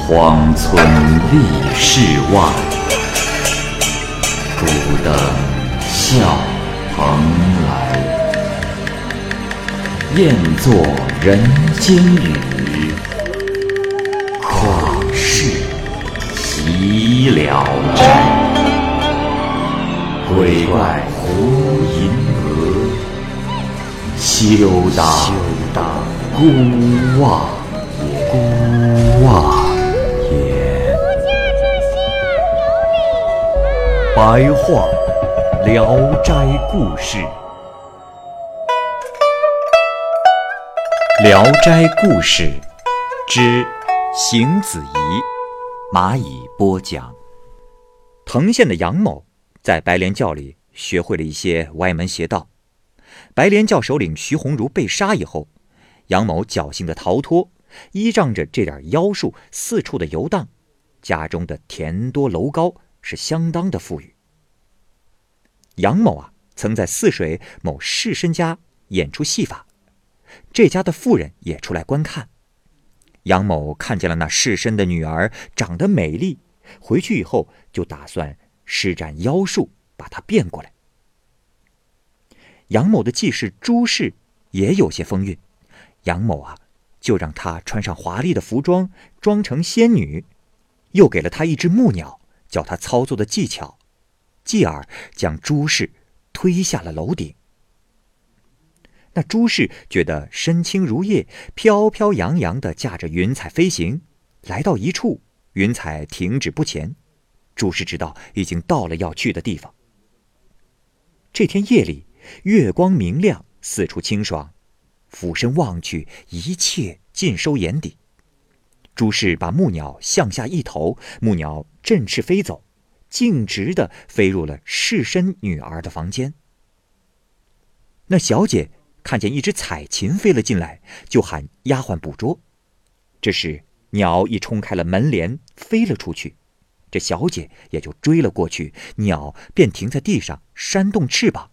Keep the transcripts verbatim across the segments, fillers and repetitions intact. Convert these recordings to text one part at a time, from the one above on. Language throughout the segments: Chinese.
荒村立世外，孤灯笑蓬莱。雁作人间语，旷世岂了斋。鬼怪胡银娥，休当孤望也。孤望也。白话《聊斋故事》，《聊斋故事》之邢子仪，蚂蚁播讲。藤县的杨某在白莲教里学会了一些歪门邪道。白莲教首领徐鸿儒被杀以后，杨某侥幸的逃脱，依仗着这点妖术四处的游荡，家中的田多楼高，是相当的富裕。杨某啊，曾在泗水某士绅家演出戏法，这家的妇人也出来观看。杨某看见了那士绅的女儿长得美丽，回去以后就打算施展妖术把她变过来。杨某的继室朱氏也有些风韵，杨某啊就让她穿上华丽的服装，装成仙女，又给了她一只木鸟，教她操作的技巧，继而将朱氏推下了楼顶。那朱氏觉得身轻如叶，飘飘扬扬地驾着云彩飞行，来到一处，云彩停止不前，朱氏知道已经到了要去的地方。这天夜里，月光明亮，四处清爽，俯身望去，一切尽收眼底。朱氏把木鸟向下一投，木鸟振翅飞走，径直地飞入了士绅女儿的房间。那小姐看见一只彩禽飞了进来，就喊丫鬟捕捉。这时鸟已冲开了门帘，飞了出去，这小姐也就追了过去，鸟便停在地上，扇动翅膀。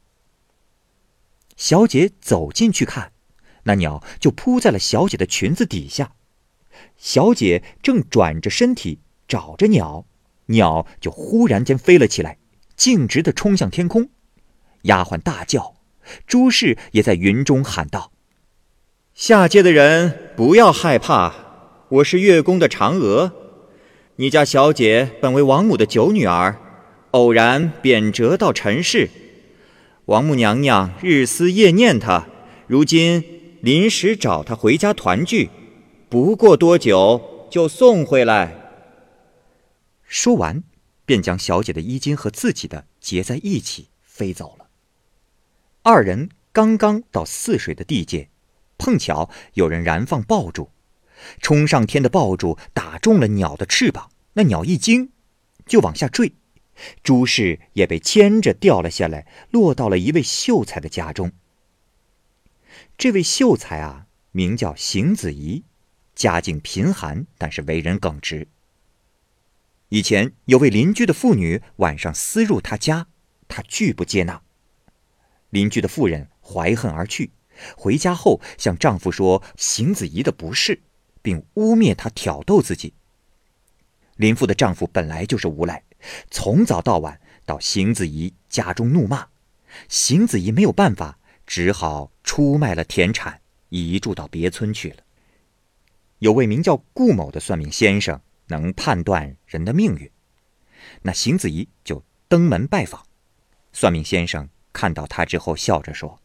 小姐走进去看，那鸟就扑在了小姐的裙子底下。小姐正转着身体找着鸟，鸟就忽然间飞了起来，径直地冲向天空。丫鬟大叫，朱氏也在云中喊道：下界的人不要害怕，我是月宫的嫦娥。你家小姐本为王母的九女儿，偶然贬谪到尘世，王母娘娘日思夜念她，如今临时找她回家团聚，不过多久就送回来。说完，便将小姐的衣襟和自己的结在一起飞走了。二人刚刚到泗水的地界，碰巧有人燃放爆竹，冲上天的爆竹打中了鸟的翅膀，那鸟一惊就往下坠，朱氏也被牵着掉了下来，落到了一位秀才的家中。这位秀才啊，名叫邢子仪，家境贫寒，但是为人耿直。以前有位邻居的妇女晚上私入他家，他拒不接纳。邻居的妇人怀恨而去，回家后向丈夫说邢子仪的不是，并污蔑他挑逗自己。邻妇的丈夫本来就是无赖，从早到晚到邢子仪家中怒骂。邢子仪没有办法，只好出卖了田产，移住到别村去了。有位名叫顾某的算命先生能判断人的命运，那邢子仪就登门拜访。算命先生看到他之后笑着说：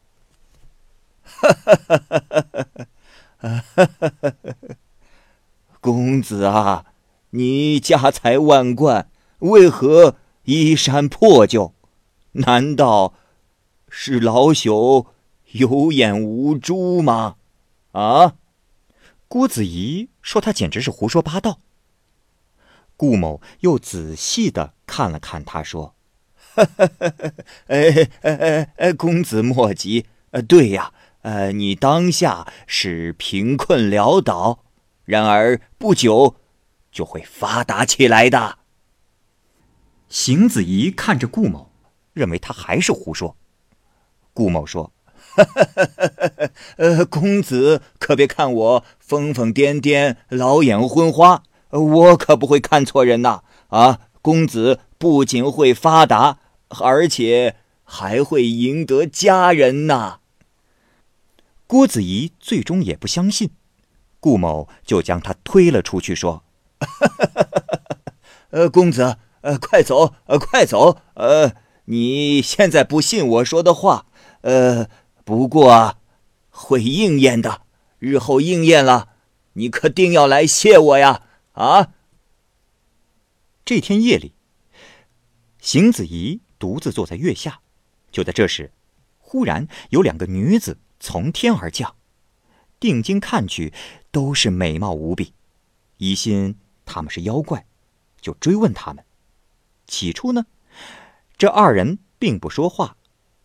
公子啊，你家财万贯，为何衣衫破旧？难道是老朽有眼无珠吗？啊？郭子仪说他简直是胡说八道。顾某又仔细地看了看他，说：哎哎哎，公子莫急，对呀，呃，你当下是贫困潦倒，然而不久就会发达起来的。邢子仪看着顾某，认为他还是胡说。顾某说：呃，公子可别看我疯疯癫癫，老眼昏花， 我可不会看错人呐！啊，公子不仅会发达，而且还会赢得佳人呐！ 郭子仪最终也不相信，顾某就将他推了出去，说：“ 呃，公子，呃，快走，呃，快走，呃，你现在不信我说的话，呃，不过啊，会应验的，日后应验了，你可定要来谢我呀！啊！” 这天夜里，邢子仪独自坐在月下，就在这时，忽然有两个女子从天而降，定睛看去，都是美貌无比，疑心他们是妖怪，就追问他们。起初呢，这二人并不说话，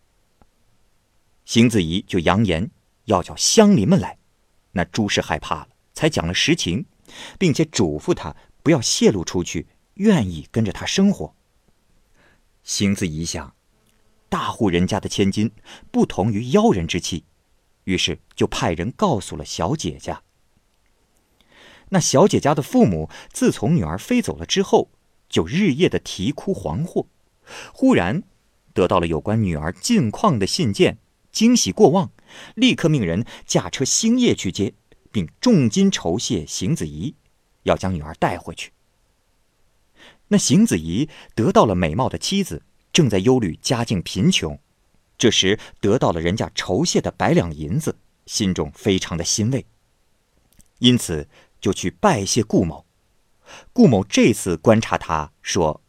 邢子仪就扬言要叫乡邻们来。那朱氏害怕了，才讲了实情，并且嘱咐他不要泄露出去，愿意跟着他生活。邢子仪想，大户人家的千金不同于妖人之妻，于是就派人告诉了小姐家。那小姐家的父母自从女儿飞走了之后，就日夜的啼哭惶惑，忽然得到了有关女儿近况的信件，惊喜过望，立刻命人驾车星夜去接，并重金酬谢邢子仪，要将女儿带回去。那邢子仪得到了美貌的妻子，正在忧虑家境贫穷，这时得到了人家酬谢的百两银子，心中非常的欣慰，因此就去拜谢顾某。顾某这次观察他，说：“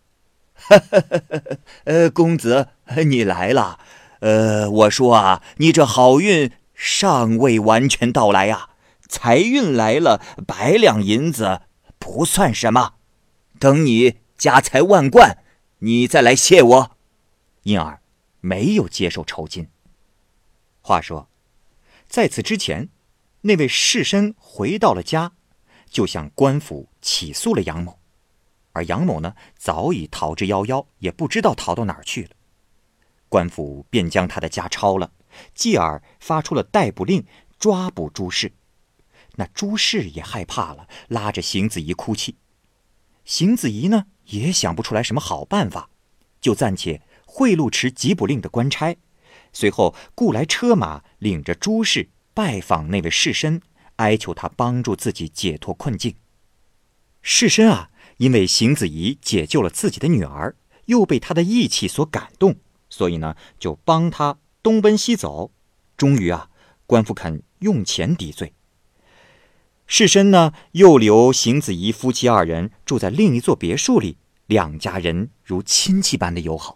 呃，公子，你来了。呃，我说啊，你这好运尚未完全到来啊，财运来了，百两银子不算什么。等你家财万贯，你再来谢我。” 因而没有接受酬金。话说，在此之前，那位士绅回到了家，就向官府起诉了杨某，而杨某呢，早已逃之夭夭，也不知道逃到哪儿去了。官府便将他的家抄了，继而发出了逮捕令，抓捕朱氏。那朱氏也害怕了，拉着邢子仪哭泣。邢子仪呢，也想不出来什么好办法，就暂且贿赂持缉捕令的官差，随后雇来车马，领着朱氏拜访那位士绅，哀求他帮助自己解脱困境。士绅啊，因为邢子仪解救了自己的女儿，又被他的义气所感动，所以呢，就帮他东奔西走。终于啊，官府肯用钱抵罪。士绅呢，又留邢子仪夫妻二人住在另一座别墅里，两家人如亲戚般的友好。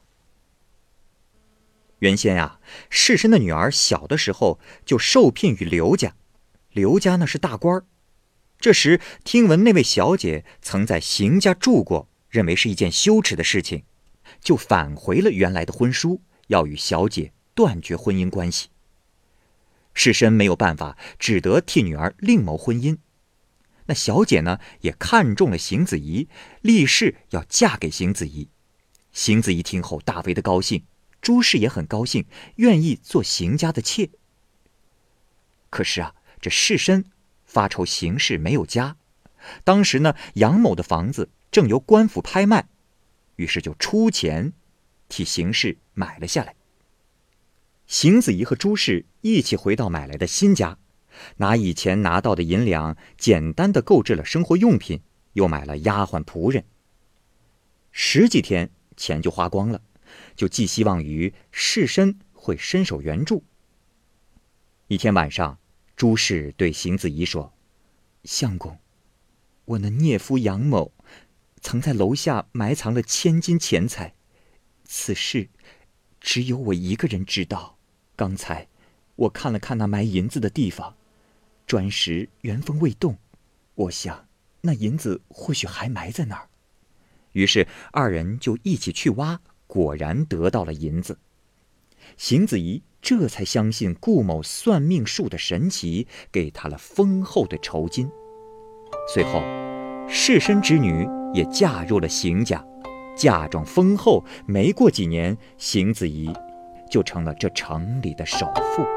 原先啊，士绅的女儿小的时候就受聘于刘家，刘家呢是大官儿。这时听闻那位小姐曾在邢家住过，认为是一件羞耻的事情，就返回了原来的婚书，要与小姐断绝婚姻关系。士绅没有办法，只得替女儿另谋婚姻。那小姐呢，也看中了邢子仪，立誓要嫁给邢子仪。邢子仪听后大为的高兴，朱氏也很高兴，愿意做邢家的妾。可是啊，这士绅发愁邢氏没有家，当时呢，杨某的房子正由官府拍卖，于是就出钱替邢氏买了下来。邢子仪和朱氏一起回到买来的新家，拿以前拿到的银两简单的购置了生活用品，又买了丫鬟仆人。十几天钱就花光了，就寄希望于士绅会伸手援助。一天晚上，朱氏对邢子仪说：“相公，我那孽夫杨某曾在楼下埋藏了千金钱财，此事只有我一个人知道。刚才我看了看那埋银子的地方，砖石原封未动，我想那银子或许还埋在那儿。”于是二人就一起去挖，果然得到了银子。邢子仪这才相信顾某算命术的神奇，给他了丰厚的酬金。随后士绅之女也嫁入了邢家，嫁妆丰厚，没过几年，邢子仪就成了这城里的首富。